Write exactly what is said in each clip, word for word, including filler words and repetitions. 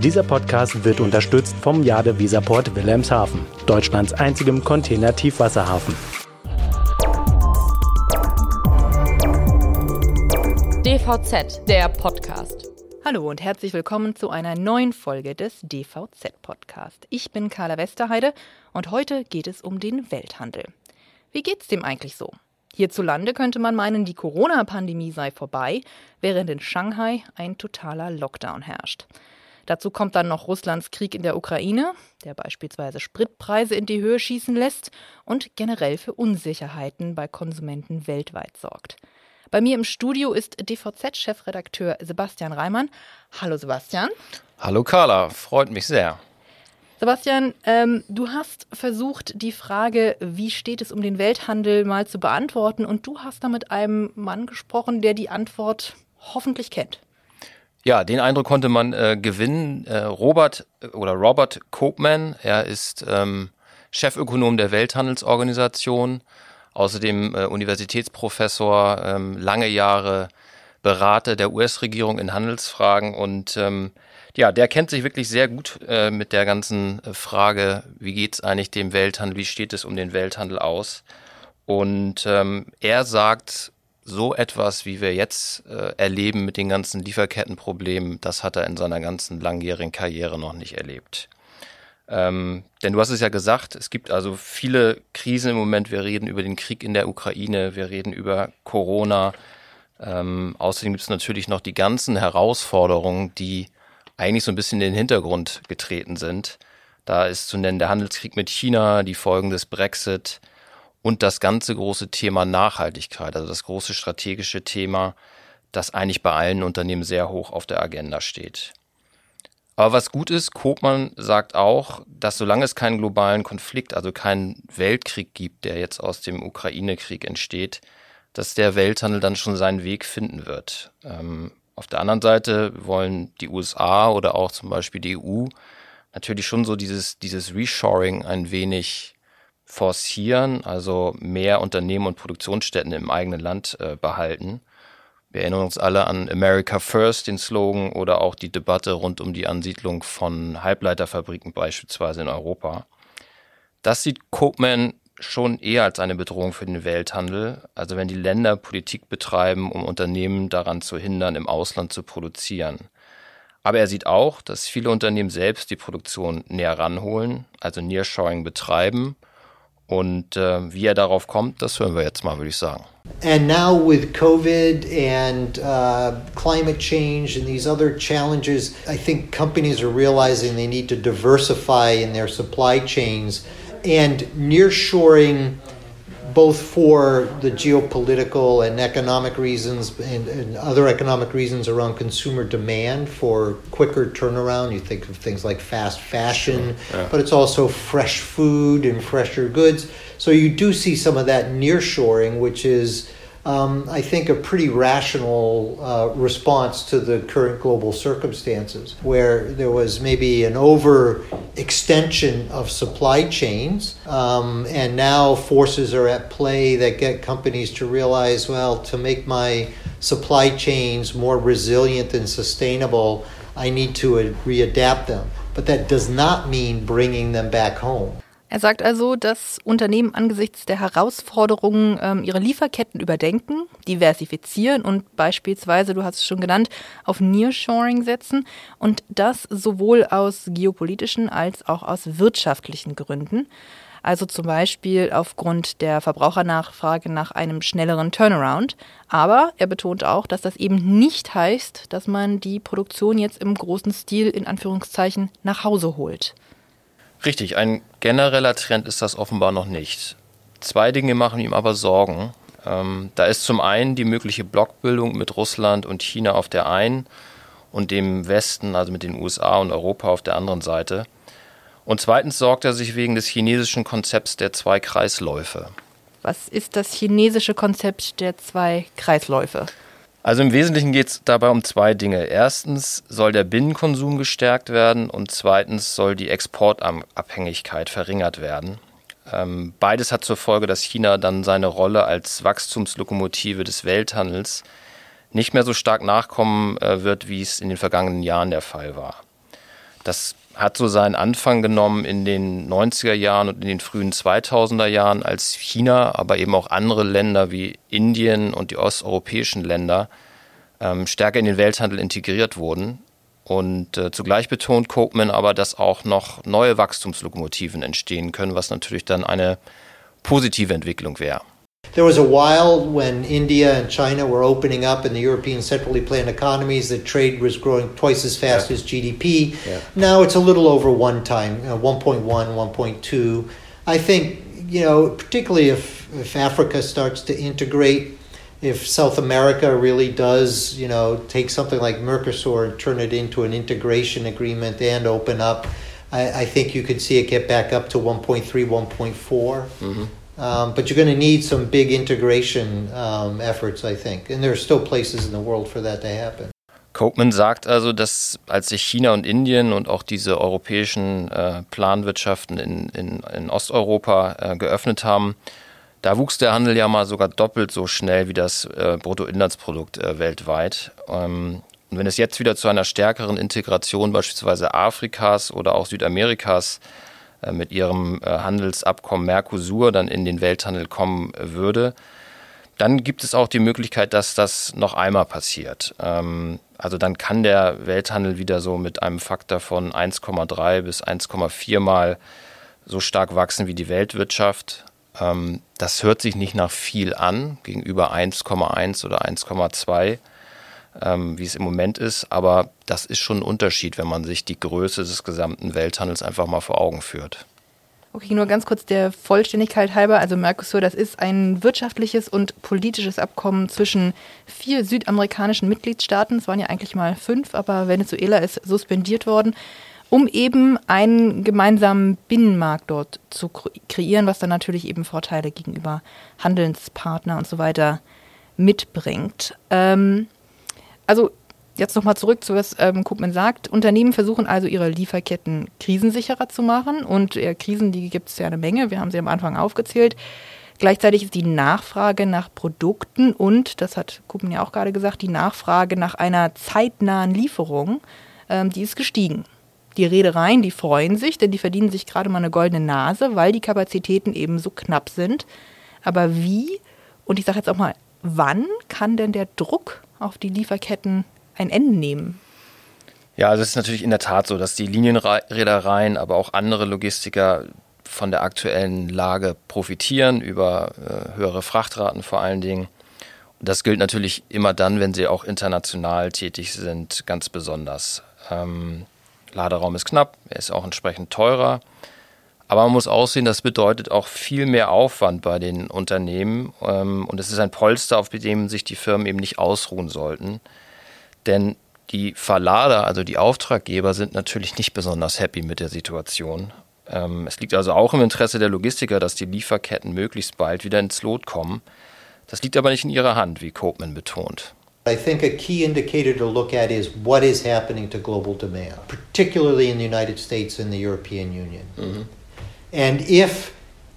Dieser Podcast wird unterstützt vom Jade Visaport Wilhelmshaven, Deutschlands einzigem Container-Tiefwasserhafen. D V Z, der Podcast. Hallo und herzlich willkommen zu einer neuen Folge des D V Z-Podcast. Ich bin Carla Westerheide und heute geht es um den Welthandel. Wie geht's dem eigentlich so? Hierzulande könnte man meinen, die Corona-Pandemie sei vorbei, während in Shanghai ein totaler Lockdown herrscht. Dazu kommt dann noch Russlands Krieg in der Ukraine, der beispielsweise Spritpreise in die Höhe schießen lässt und generell für Unsicherheiten bei Konsumenten weltweit sorgt. Bei mir im Studio ist D V Z-Chefredakteur Sebastian Reimann. Hallo Sebastian. Hallo Carla, freut mich sehr. Sebastian, ähm, du hast versucht, die Frage, wie steht es um den Welthandel, mal zu beantworten. Und du hast da mit einem Mann gesprochen, der die Antwort hoffentlich kennt. Ja, den Eindruck konnte man äh, gewinnen. Äh, Robert oder Robert Koopman, er ist ähm, Chefökonom der Welthandelsorganisation, außerdem äh, Universitätsprofessor, ähm, lange Jahre Berater der U S-Regierung in Handelsfragen und ähm, ja, der kennt sich wirklich sehr gut äh, mit der ganzen Frage, wie geht's eigentlich dem Welthandel, wie steht es um den Welthandel aus? Und ähm, er sagt, so etwas, wie wir jetzt äh, erleben mit den ganzen Lieferkettenproblemen, das hat er in seiner ganzen langjährigen Karriere noch nicht erlebt. Ähm, denn du hast es ja gesagt, es gibt also viele Krisen im Moment. Wir reden über den Krieg in der Ukraine, wir reden über Corona. Ähm, außerdem gibt es natürlich noch die ganzen Herausforderungen, die eigentlich so ein bisschen in den Hintergrund getreten sind. Da ist zu nennen der Handelskrieg mit China, die Folgen des Brexit und das ganze große Thema Nachhaltigkeit, also das große strategische Thema, das eigentlich bei allen Unternehmen sehr hoch auf der Agenda steht. Aber was gut ist, Koopman sagt auch, dass solange es keinen globalen Konflikt, also keinen Weltkrieg gibt, der jetzt aus dem Ukraine-Krieg entsteht, dass der Welthandel dann schon seinen Weg finden wird. Ähm, Auf der anderen Seite wollen die U S A oder auch zum Beispiel die E U natürlich schon so dieses, dieses Reshoring ein wenig forcieren, also mehr Unternehmen und Produktionsstätten im eigenen Land äh, behalten. Wir erinnern uns alle an America First, den Slogan, oder auch die Debatte rund um die Ansiedlung von Halbleiterfabriken beispielsweise in Europa. Das sieht Koopman schon eher als eine Bedrohung für den Welthandel, also wenn die Länder Politik betreiben, um Unternehmen daran zu hindern, im Ausland zu produzieren. Aber er sieht auch, dass viele Unternehmen selbst die Produktion näher ranholen, also Nearshoring betreiben. Und äh, wie er darauf kommt, das hören wir jetzt mal, würde ich sagen. And now with COVID and uh, climate change and these other challenges, I think companies are realizing they need to diversify in their supply chains. And nearshoring, both for the geopolitical and economic reasons and, and other economic reasons around consumer demand for quicker turnaround. You think of things like fast fashion, sure. Yeah. But it's also fresh food and fresher goods. So you do see some of that nearshoring, which is, um, I think, a pretty rational uh, response to the current global circumstances, where there was maybe an overextension of supply chains, um, and now forces are at play that get companies to realize, well, to make my supply chains more resilient and sustainable, I need to uh, readapt them. But that does not mean bringing them back home. Er sagt also, dass Unternehmen angesichts der Herausforderungen ähm, ihre Lieferketten überdenken, diversifizieren und beispielsweise, du hast es schon genannt, auf Nearshoring setzen und das sowohl aus geopolitischen als auch aus wirtschaftlichen Gründen. Also zum Beispiel aufgrund der Verbrauchernachfrage nach einem schnelleren Turnaround. Aber er betont auch, dass das eben nicht heißt, dass man die Produktion jetzt im großen Stil in Anführungszeichen nach Hause holt. Richtig, ein genereller Trend ist das offenbar noch nicht. Zwei Dinge machen ihm aber Sorgen. Ähm, da ist zum einen die mögliche Blockbildung mit Russland und China auf der einen und dem Westen, also mit den U S A und Europa auf der anderen Seite. Und zweitens sorgt er sich wegen des chinesischen Konzepts der zwei Kreisläufe. Was ist das chinesische Konzept der zwei Kreisläufe? Also im Wesentlichen geht es dabei um zwei Dinge. Erstens soll der Binnenkonsum gestärkt werden und zweitens soll die Exportabhängigkeit verringert werden. Ähm, beides hat zur Folge, dass China dann seine Rolle als Wachstumslokomotive des Welthandels nicht mehr so stark nachkommen äh, wird, wie es in den vergangenen Jahren der Fall war. Das hat so seinen Anfang genommen in den neunziger Jahren und in den frühen zweitausender Jahren, als China, aber eben auch andere Länder wie Indien und die osteuropäischen Länder ähm, stärker in den Welthandel integriert wurden. Und äh, zugleich betont Koopman aber, dass auch noch neue Wachstumslokomotiven entstehen können, was natürlich dann eine positive Entwicklung wäre. There was a while when India and China were opening up in the European centrally planned economies, that trade was growing twice as fast yeah. as G D P. Yeah. Now it's a little over one time, you know, one point one, one point two. I think, you know, particularly if, if Africa starts to integrate, if South America really does, you know, take something like Mercosur and turn it into an integration agreement and open up, I, I think you could see it get back up to one point three, one point four. Mm-hmm. Um, but you're going to need some big integration um, efforts, I think. And there are still places in the world for that to happen. Koopman sagt also, dass als sich China und Indien und auch diese europäischen äh, Planwirtschaften in, in, in Osteuropa äh, geöffnet haben, da wuchs der Handel ja mal sogar doppelt so schnell wie das äh, Bruttoinlandsprodukt äh, weltweit. Ähm, und wenn es jetzt wieder zu einer stärkeren Integration beispielsweise Afrikas oder auch Südamerikas äh, mit ihrem äh, Handelsabkommen Mercosur dann in den Welthandel kommen äh, würde, dann gibt es auch die Möglichkeit, dass das noch einmal passiert. Ähm, also dann kann der Welthandel wieder so mit einem Faktor von eins Komma drei bis eins Komma vier Mal so stark wachsen wie die Weltwirtschaft. Ähm, das hört sich nicht nach viel an, gegenüber eins Komma eins oder eins Komma zwei, ähm, wie es im Moment ist. Aber das ist schon ein Unterschied, wenn man sich die Größe des gesamten Welthandels einfach mal vor Augen führt. Okay, nur ganz kurz der Vollständigkeit halber. Also Mercosur, das ist ein wirtschaftliches und politisches Abkommen zwischen vier südamerikanischen Mitgliedstaaten. Es waren ja eigentlich mal fünf, aber Venezuela ist suspendiert worden, um eben einen gemeinsamen Binnenmarkt dort zu kreieren, was dann natürlich eben Vorteile gegenüber Handelspartner und so weiter mitbringt. Ähm, also Jetzt nochmal zurück zu was ähm, Koopman sagt. Unternehmen versuchen also ihre Lieferketten krisensicherer zu machen und äh, Krisen, die gibt es ja eine Menge, wir haben sie am Anfang aufgezählt. Gleichzeitig ist die Nachfrage nach Produkten und, das hat Koopman ja auch gerade gesagt, die Nachfrage nach einer zeitnahen Lieferung, ähm, die ist gestiegen. Die Reedereien, die freuen sich, denn die verdienen sich gerade mal eine goldene Nase, weil die Kapazitäten eben so knapp sind. Aber wie, und ich sage jetzt auch mal, wann kann denn der Druck auf die Lieferketten ein Ende nehmen? Ja, also es ist natürlich in der Tat so, dass die Linienreedereien, aber auch andere Logistiker von der aktuellen Lage profitieren, über äh, höhere Frachtraten vor allen Dingen. Und das gilt natürlich immer dann, wenn sie auch international tätig sind, ganz besonders. Ähm, Laderaum ist knapp, er ist auch entsprechend teurer. Aber man muss auch sehen, das bedeutet auch viel mehr Aufwand bei den Unternehmen. Ähm, und es ist ein Polster, auf dem sich die Firmen eben nicht ausruhen sollten. Denn die Verlader, also die Auftraggeber, sind natürlich nicht besonders happy mit der Situation. Ähm, es liegt also auch im Interesse der Logistiker, dass die Lieferketten möglichst bald wieder ins Lot kommen. Das liegt aber nicht in ihrer Hand, wie Koopman betont. I think a key indicator to look at is what is happening to global demand, particularly in the United States and the European Union. Mm-hmm. And if,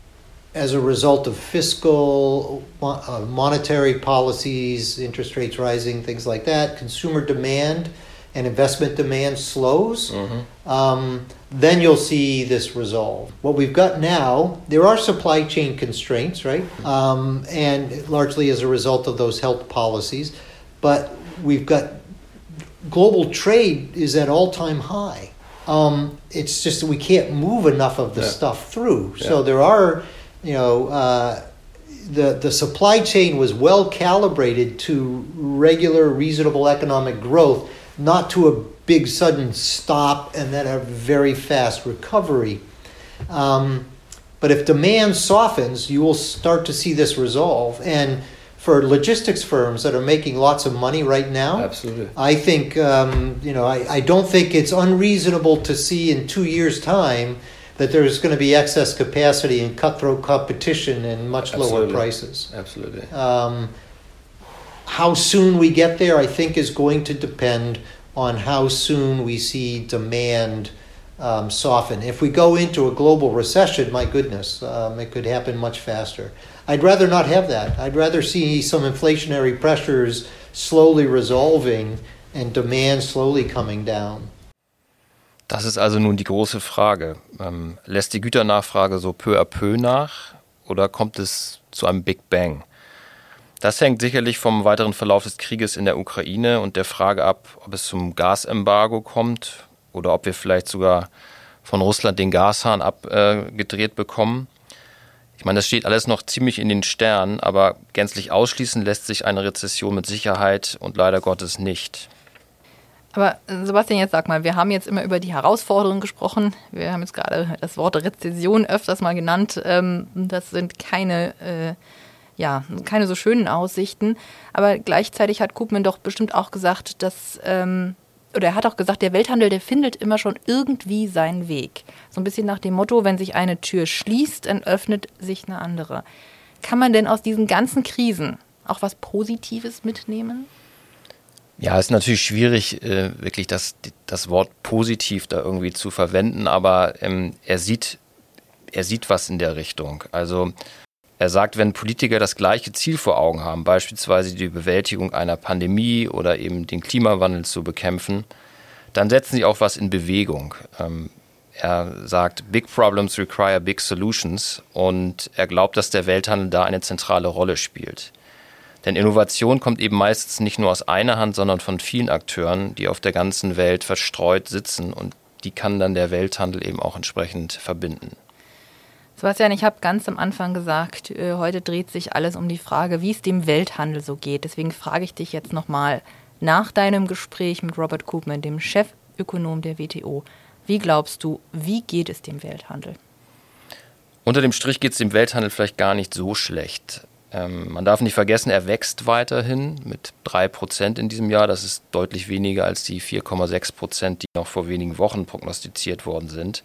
as a result of fiscal, uh, monetary policies, interest rates rising, things like that, consumer demand and investment demand slows, mm-hmm. um, then you'll see this resolve. What we've got now, there are supply chain constraints, right? Um, and largely as a result of those health policies, but we've got global trade is at all-time high. Um, it's just that we can't move enough of the yeah. stuff through. Yeah. So there are, you know, uh, the the supply chain was well calibrated to regular, reasonable economic growth, not to a big sudden stop and then a very fast recovery. Um, but if demand softens, you will start to see this resolve. And for logistics firms that are making lots of money right now, absolutely, I think um, you know I, I don't think it's unreasonable to see in two years' time that there's going to be excess capacity and cutthroat competition and much absolutely. Lower prices. Absolutely. Um, how soon we get there, I think, is going to depend on how soon we see demand um, soften. If we go into a global recession, my goodness, um, it could happen much faster. I'd rather not have that. I'd rather see some inflationary pressures slowly resolving and demand slowly coming down. Das ist also nun die große Frage. Ähm, lässt die Güternachfrage so peu à peu nach oder kommt es zu einem Big Bang? Das hängt sicherlich vom weiteren Verlauf des Krieges in der Ukraine und der Frage ab, ob es zum Gasembargo kommt oder ob wir vielleicht sogar von Russland den Gashahn abgedreht äh, bekommen. Ich meine, das steht alles noch ziemlich in den Sternen, aber gänzlich ausschließen lässt sich eine Rezession mit Sicherheit und leider Gottes nicht. Aber Sebastian, jetzt sag mal, wir haben jetzt immer über die Herausforderungen gesprochen. Wir haben jetzt gerade das Wort Rezession öfters mal genannt. Das sind keine, äh, ja, keine so schönen Aussichten. Aber gleichzeitig hat Koopman doch bestimmt auch gesagt, dass, ähm, oder er hat auch gesagt, der Welthandel, der findet immer schon irgendwie seinen Weg. So ein bisschen nach dem Motto, wenn sich eine Tür schließt, dann öffnet sich eine andere. Kann man denn aus diesen ganzen Krisen auch was Positives mitnehmen? Ja, es ist natürlich schwierig, äh, wirklich das, das Wort positiv da irgendwie zu verwenden, aber ähm, er sieht, er sieht was in der Richtung. Also er sagt, wenn Politiker das gleiche Ziel vor Augen haben, beispielsweise die Bewältigung einer Pandemie oder eben den Klimawandel zu bekämpfen, dann setzen sie auch was in Bewegung. Ähm, er sagt, big problems require big solutions und er glaubt, dass der Welthandel da eine zentrale Rolle spielt. Denn Innovation kommt eben meistens nicht nur aus einer Hand, sondern von vielen Akteuren, die auf der ganzen Welt verstreut sitzen und die kann dann der Welthandel eben auch entsprechend verbinden. Sebastian, ich habe ganz am Anfang gesagt, äh, heute dreht sich alles um die Frage, wie es dem Welthandel so geht. Deswegen frage ich dich jetzt nochmal nach deinem Gespräch mit Robert Koopman, dem Chefökonom der W T O. Wie glaubst du, wie geht es dem Welthandel? Unter dem Strich geht es dem Welthandel vielleicht gar nicht so schlecht. Ähm, man darf nicht vergessen, er wächst weiterhin mit drei Prozent in diesem Jahr. Das ist deutlich weniger als die vier Komma sechs Prozent, die noch vor wenigen Wochen prognostiziert worden sind.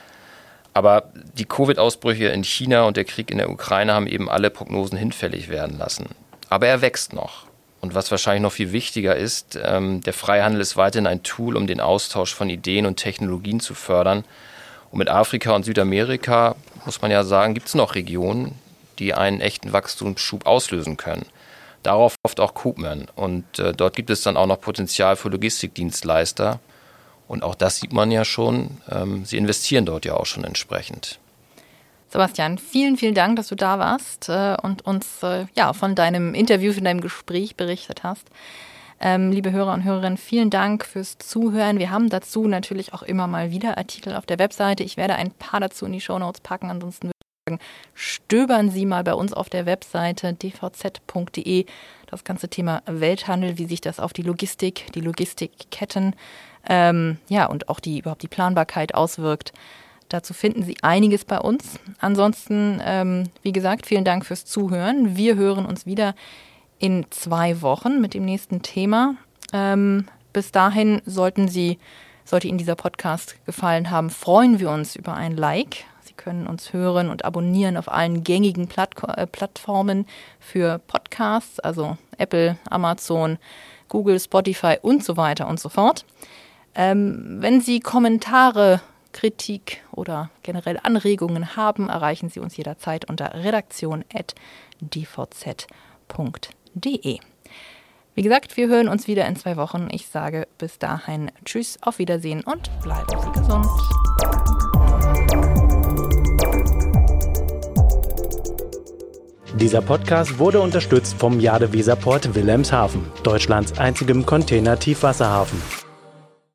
Aber die Covid-Ausbrüche in China und der Krieg in der Ukraine haben eben alle Prognosen hinfällig werden lassen. Aber er wächst noch. Und was wahrscheinlich noch viel wichtiger ist, ähm, der Freihandel ist weiterhin ein Tool, um den Austausch von Ideen und Technologien zu fördern. Und mit Afrika und Südamerika, muss man ja sagen, gibt es noch Regionen, die einen echten Wachstumsschub auslösen können. Darauf hofft auch Koopman. Und äh, dort gibt es dann auch noch Potenzial für Logistikdienstleister. Und auch das sieht man ja schon. Ähm, sie investieren dort ja auch schon entsprechend. Sebastian, vielen, vielen Dank, dass du da warst äh, und uns äh, ja, von deinem Interview, von deinem Gespräch berichtet hast. Ähm, liebe Hörer und Hörerinnen, vielen Dank fürs Zuhören. Wir haben dazu natürlich auch immer mal wieder Artikel auf der Webseite. Ich werde ein paar dazu in die Shownotes packen, ansonsten würde ich sagen, stöbern Sie mal bei uns auf der Webseite d v z punkt d e das ganze Thema Welthandel, wie sich das auf die Logistik, die Logistikketten ähm, ja, und auch die überhaupt die Planbarkeit auswirkt. Dazu finden Sie einiges bei uns. Ansonsten, ähm, wie gesagt, vielen Dank fürs Zuhören. Wir hören uns wieder in zwei Wochen mit dem nächsten Thema. Ähm, bis dahin sollten Sie, sollte Ihnen dieser Podcast gefallen haben, freuen wir uns über ein Like. Sie können uns hören und abonnieren auf allen gängigen Platt- äh, Plattformen für Podcasts, also Apple, Amazon, Google, Spotify und so weiter und so fort. Ähm, wenn Sie Kommentare, Kritik oder generell Anregungen haben, erreichen Sie uns jederzeit unter redaktion at d v z punkt d e. Wie gesagt, wir hören uns wieder in zwei Wochen. Ich sage bis dahin Tschüss, auf Wiedersehen und bleiben Sie gesund. Dieser Podcast wurde unterstützt vom Jade Weserport Wilhelmshaven, Deutschlands einzigem Container-Tiefwasserhafen.